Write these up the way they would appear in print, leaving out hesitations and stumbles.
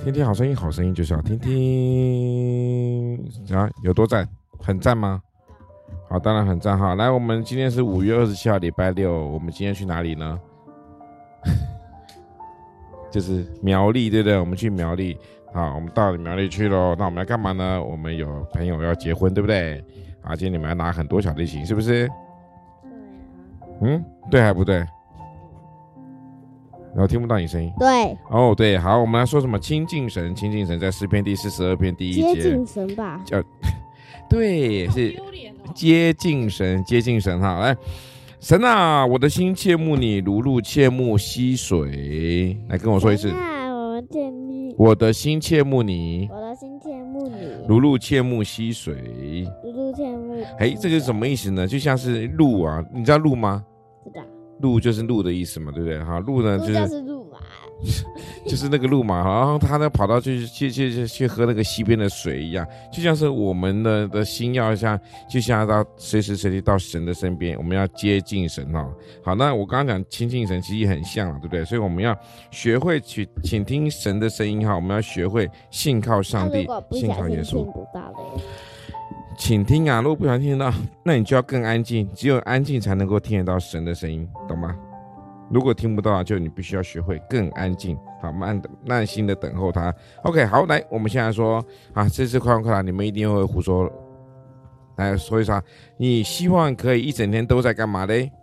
听听好声音，好声音就是要听听啊！有多赞？很赞吗？好，当然很赞哈！来，我们今天是5月27号，礼拜六。我们今天去哪里呢？就是苗栗，对不对？我们去苗栗。好，我们到了苗栗去咯。那我们要干嘛呢？我们有朋友要结婚，对不对？啊，今天你们要拿很多小提琴，是不是？对啊。对还不对？我听不到你声音。 对。 哦，对，好，我们来说什么？亲近神，亲近神在诗篇第42篇第1节。 接近神吧。 对，是接近神，接近神哈。来，神啊，我的心切慕你，如鹿切慕溪水。来跟我说一次。我的心切慕你， 我的心切慕你， 如鹿切慕溪水。 如鹿切慕。 这个是什么意思呢？就像是鹿啊，你知道鹿吗？ 知道。 鹿就是鹿的意思嘛，对不对？哈，鹿呢就是鹿嘛， 就是那个鹿嘛，然后他呢跑到去喝那个溪边的水一样，就像是我们的心要就像要到随时随地到神的身边，我们要接近神哈。好，那我刚刚讲亲近神其实也很像，对不对？所以我们要学会去倾听神的声音哈，我们要学会信靠上帝，信靠耶稣。请听啊！如果不想听得到，那你就要更安静，只有安静才能够听得到神的声音，懂吗？如果听不到，就你必须要学会更安静，好，耐心的等候他。OK， 好，来，我们现在说啊，这次快问快答，你们一定会胡说。来说一下，你希望可以一整天都在干嘛嘞？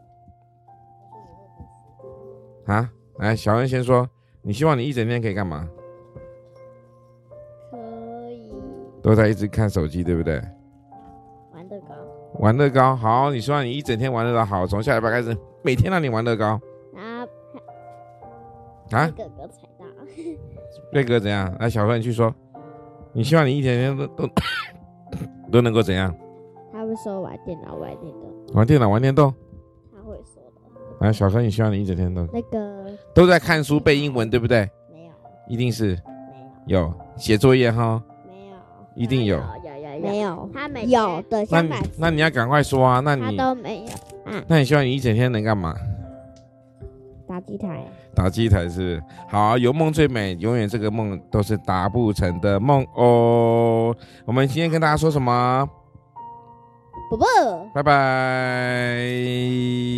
啊，来，小恩先说，你希望你一整天可以干嘛？ 可以都在一直看手机，对不对？玩乐高，好，你希望你一整天玩乐高，好，从下礼拜开始，每天让你玩乐高。啊？ 被哥哥踩到。 被哥怎样？来，小何你去说，你希望你一整天都能够怎样？ 他会说玩电脑，玩电动。 他会说的。 来，小何，你希望你一整天都在看书背英文，对不对？ 没有。 一定是。有写作业哈？ 没有。 一定有。 没有，他没有的相反。 那你要赶快说啊！那你他都没有。 那你希望你一整天能干嘛？ 打机台。 打机台是好，有梦最美，永远这个梦都是达不成的梦哦。我们今天跟大家说什么？ 啵啵， 拜拜。